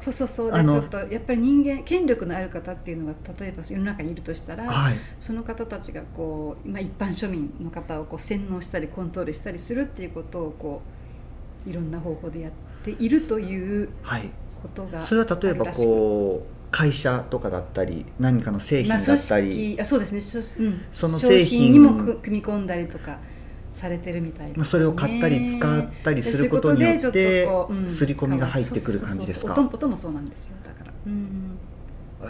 そうで、ちょっとやっぱり人間権力のある方っていうのが例えば世の中にいるとしたら、 はい、 その方たちがこう、一般庶民の方をこう洗脳したりコントロールしたりするっていうことをこういろんな方法でやっているということがあるらしく、 それは例えばこう会社とかだったり何かの製品だったり、 そうですね、 その製品にも組み込んだりとかされてるみたいですね。 それを買ったり使ったりすることによって刷り込みが入ってくる感じですか。 音もそうなんですよ。だから、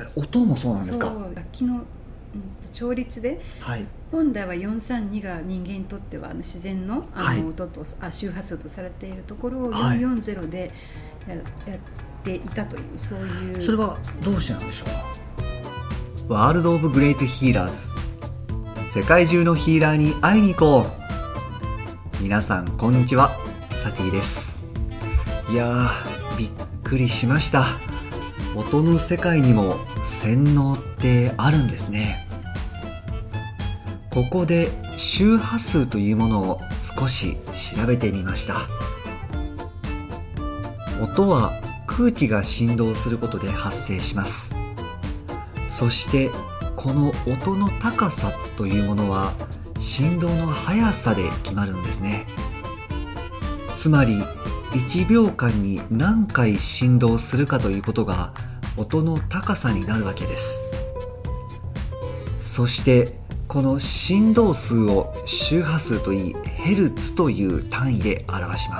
音もそうなんですか。 そう、楽器の、調律で、 はい、 本来は432が人間にとっては自然の、音と周波数とされているところを440でやっていたという、そういう。 それはどうしてなんでしょう。ワールド・オブ・グレート・ヒーラーズ、世界中のヒーラーに会いに行こう。皆さんこんにちは、サティです。いやー、びっくりしました。音の世界にも洗脳ってあるんですね。ここで周波数というものを少し調べてみました。音は空気が振動することで発生します。そしてこの音の高さというものは振動の速さで決まるんですね。つまり1秒間に何回振動するかということが音の高さになるわけです。そしてこの振動数を周波数といいヘルツという単位で表します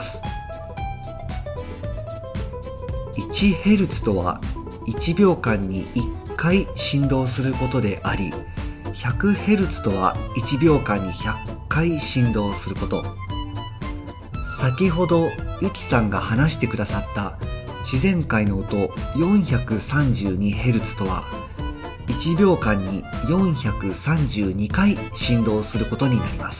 。1ヘルツとは1秒間に1回振動することであり、100ヘルツとは1秒間に100回振動すること。先ほどゆきさんが話してくださった自然界の音 432Hz とは1秒間に432回振動することになります。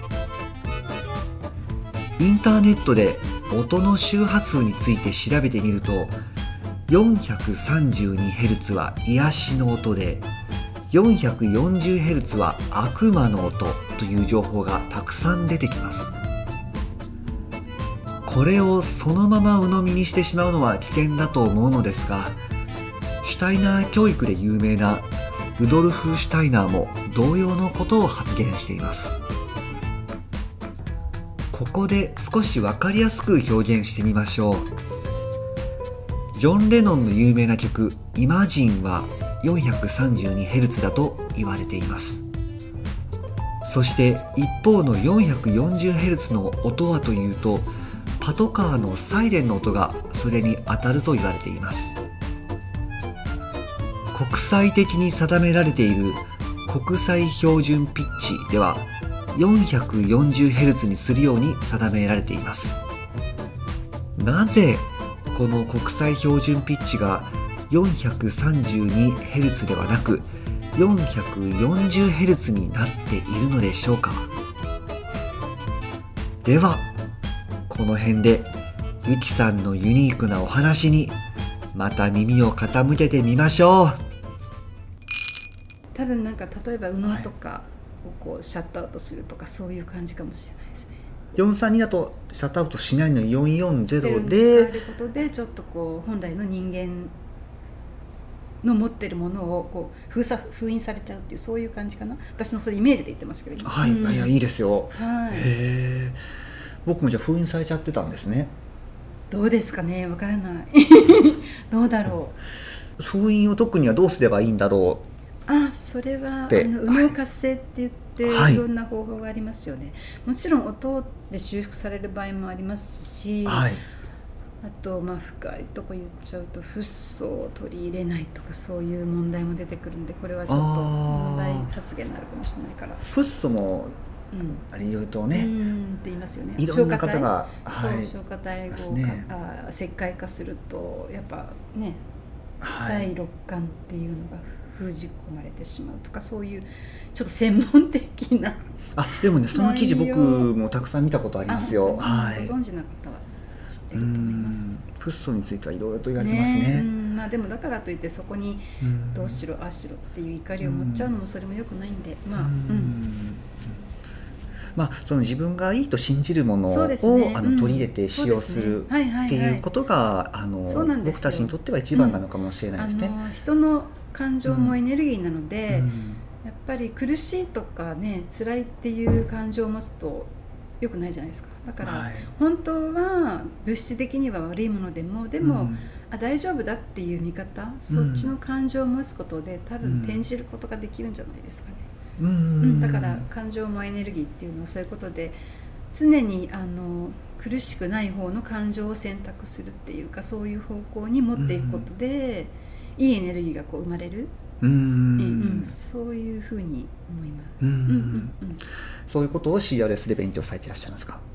インターネットで音の周波数について調べてみると、 432Hz は癒しの音で 440Hz は悪魔の音という情報がたくさん出てきます。これをそのまま鵜呑みにしてしまうのは危険だと思うのですが、シュタイナー教育で有名なルドルフ・シュタイナーも同様のことを発言しています。ここで少し分かりやすく表現してみましょう。ジョン・レノンの有名な曲「イマジン」は 432Hz だと言われています。そして一方の 440Hz の音はというと、パトカーのサイレンの音がそれに当たると言われています。国際的に定められている国際標準ピッチでは 440Hz にするように定められています。なぜこの国際標準ピッチが 432Hz ではなく 440Hz になっているのでしょうか。ではこの辺でゆきさんのユニークなお話にまた耳を傾けてみましょう。 多分なんか例えば右脳とかをこうシャットアウトするとか、そういう感じかもしれないですね。 432だとシャットアウトしないのに440で使えることでちょっとこう本来の人間の持ってるものをこう封印されちゃうっていう、そういう感じかな。私のそれイメージで言ってますけど、 はい、いやいいですよ。 はい、 へー、僕もじゃあ封印されちゃってたんですね。 どうですかね、わからないどうだろう。封印を解くにはどうすればいいんだろう。それは右脳活性って言って、はい、いろんな方法がありますよね。もちろん音で修復される場合もありますし、はい、あと深いとこ言っちゃうとフッ素を取り入れないとか、そういう問題も出てくるんで、これはちょっと問題発言になるかもしれないから。 フッ素もいろいろとね、 って言いますよね。 いろんな方が、 消化体を石灰化するとやっぱね、第六感っていうのが封じ込まれてしまうとか、そういうちょっと専門的な。 でもね、その記事僕もたくさん見たことありますよ。 はい、ご存知の方は知ってると思います。 フッ素についてはいろいろと言われてますね。 でもだからといってそこにどうしろああしろっていう怒りを持っちゃうのもそれも良くないんで、 その自分がいいと信じるものを、取り入れて使用するっていうことが僕たちにとっては一番なのかもしれないですね。 人の感情もエネルギーなので、やっぱり苦しいとかね辛いっていう感情を持つと良くないじゃないですか。だから、本当は物質的には悪いものでも大丈夫だっていう見方、そっちの感情を持つことで多分転じることができるんじゃないですかね。だから感情もエネルギーっていうのはそういうことで、常に苦しくない方の感情を選択するっていうか、そういう方向に持っていくことで、いいエネルギーがこう生まれる、そういうふうに思います。 そういうことを CRS で勉強されていらっしゃいますか？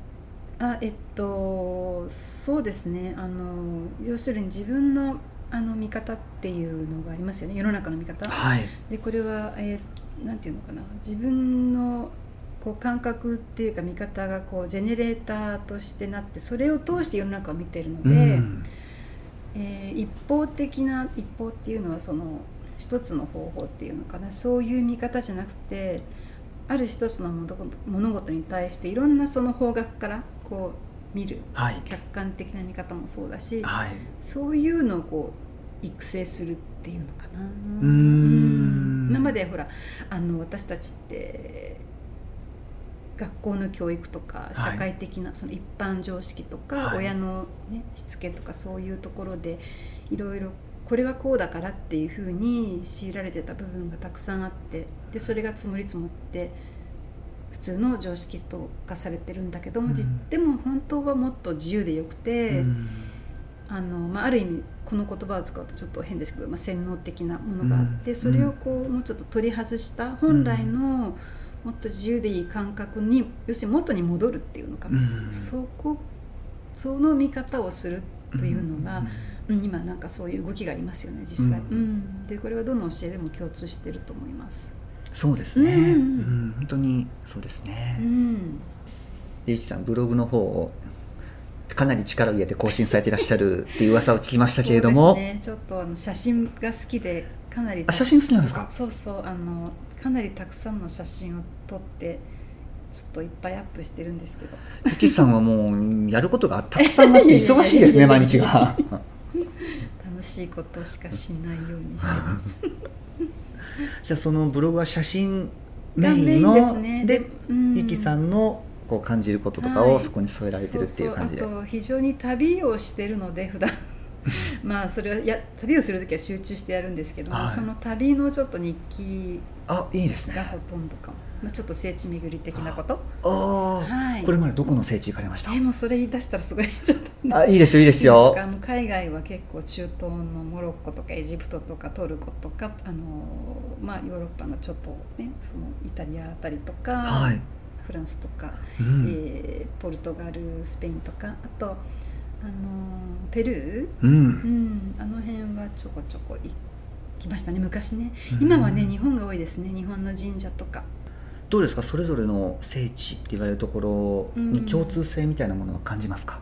そうですね。要するに自分の見方っていうのがありますよね、世の中の見方。でこれは、なんていうのかな、自分のこう感覚っていうか見方がこうジェネレーターとしてなって、それを通して世の中を見ているので、一方っていうのはその一つの方法っていうのかな、そういう見方じゃなくて、ある一つの物事に対していろんなその方角からこう見る、客観的な見方もそうだし、そういうのをこう育成するっていうのかな。今までほら私たちって学校の教育とか社会的なその一般常識とか、親の、しつけとか、そういうところでいろいろこれはこうだからっていうふうに強いられてた部分がたくさんあって、でそれが積もり積もって普通の常識と化されてるんだけども、でも本当はもっと自由でよくて、ある意味この言葉を使うとちょっと変ですけど、洗脳的なものがあって、それをこうもうちょっと取り外した本来のもっと自由でいい感覚に、要するに元に戻るっていうのかな、その見方をするというのが、今なんかそういう動きがありますよね、実際。でこれはどの教えでも共通していると思います。 そうですね、本当にそうですね。ゆうきさん、ブログの方をかなり力を入れて更新されていらっしゃるっていう噂を聞きましたけれども。 そうですね、ちょっと写真が好きで、かなり写真好きなんですか？ そうかなりたくさんの写真を撮ってちょっといっぱいアップしてるんですけど、 ゆきさんはもうやることがたくさんあって忙しいですね毎日が。 楽しいことしかしないようにしてますじゃあそのブログは写真メインので、ゆきさんのこう感じることとかをそこに添えられてるっていう感じで。 あと非常に旅をしてるので普段それは旅をするときは集中してやるんですけども、その旅のちょっと日記がほとんどかも。ちょっと聖地巡り的なこと。 これまでどこの聖地行かれました？ もうそれ言い出したらすごいちょっといいですよいいですよ。 海外は結構中東のモロッコとかエジプトとかトルコとかヨーロッパのちょっとね、そのイタリアあたりとか、フランスとか、ポルトガル、スペインとか、あとペルー、あの辺はちょこちょこ行きましたね、昔ね。今はね、日本が多いですね、日本の神社とか。 どうですか、それぞれの聖地って言われるところに共通性みたいなものは感じますか？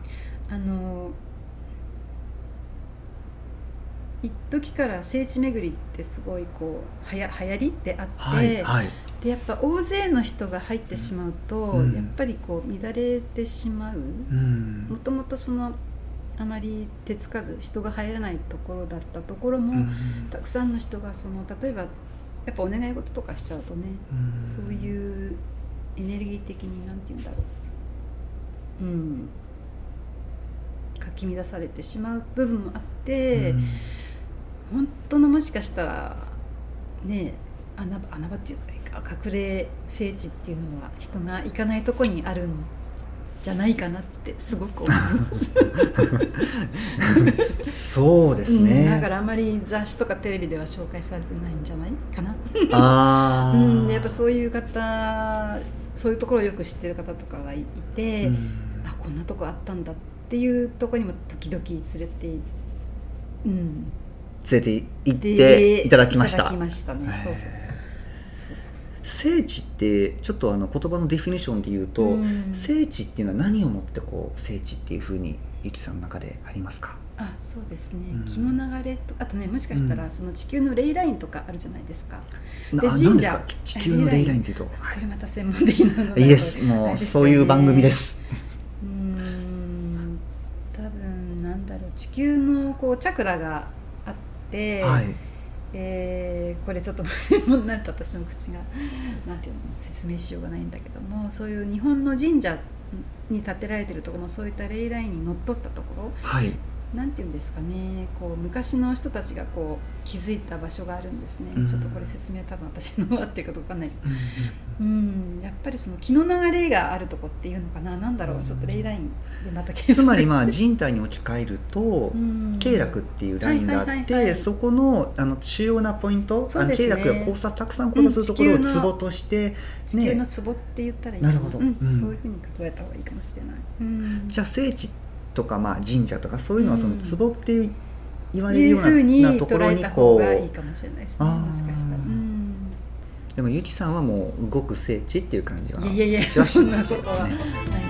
一時から聖地巡りってすごいこう流行りであって、でやっぱ大勢の人が入ってしまうと、やっぱりこう乱れてしまう。もともとそのあまり手つかず人が入らないところだったところも、たくさんの人がその例えばやっぱお願い事とかしちゃうとね、そういうエネルギー的になんて言うんだろう、かき乱されてしまう部分もあって、本当のもしかしたらね、穴場っていうか隠れ聖地っていうのは人が行かないとこにあるんじゃないかなってすごく思いますそうですね、 だからあまり雑誌とかテレビでは紹介されてないんじゃないかなやっぱそういう方、そういうところをよく知ってる方とかがいて、こんなとこあったんだっていうところにも時々連れて行っていただきました。 そうそう聖地ってちょっと言葉のディフィニッションで言うと、聖地っていうのは何をもってこう聖地っていうふうにゆきさんの中でありますか？ そうですね、気の流れと、あとね、もしかしたらその地球のレイラインとかあるじゃないですか。 で神社、地球のレイラインというと、これまた専門的なのいいです、もうそういう番組です。 多分なんだろう、地球のこうチャクラがあって、これちょっと専門になると私の口がなんていうの説明しようがないんだけども、そういう日本の神社に建てられているところもそういったレイラインにのっとったところ、なんていうんですかね、こう昔の人たちがこう築いた場所があるんですね。ちょっとこれ説明多分私の合ってるかどうかわかんないけど、やっぱりその気の流れがあるとこっていうのかな、なんだろう、ちょっとレイラインでまた検索して、 つまり人体に置き換えると経絡っていうラインがあって、そこの主要なポイント、経絡がたくさん交差するところをツボとして、 地球のツボって言ったらいいかな。なるほど、そういうふうに例えた方がいいかもしれない。 じゃあ聖地とか神社とかそういうのはその壺って言われるようなところにこう、 いいかもしれないですね、もしかしたら。 でもゆきさんはもう動く聖地っていう感じは、 いやそんなことはない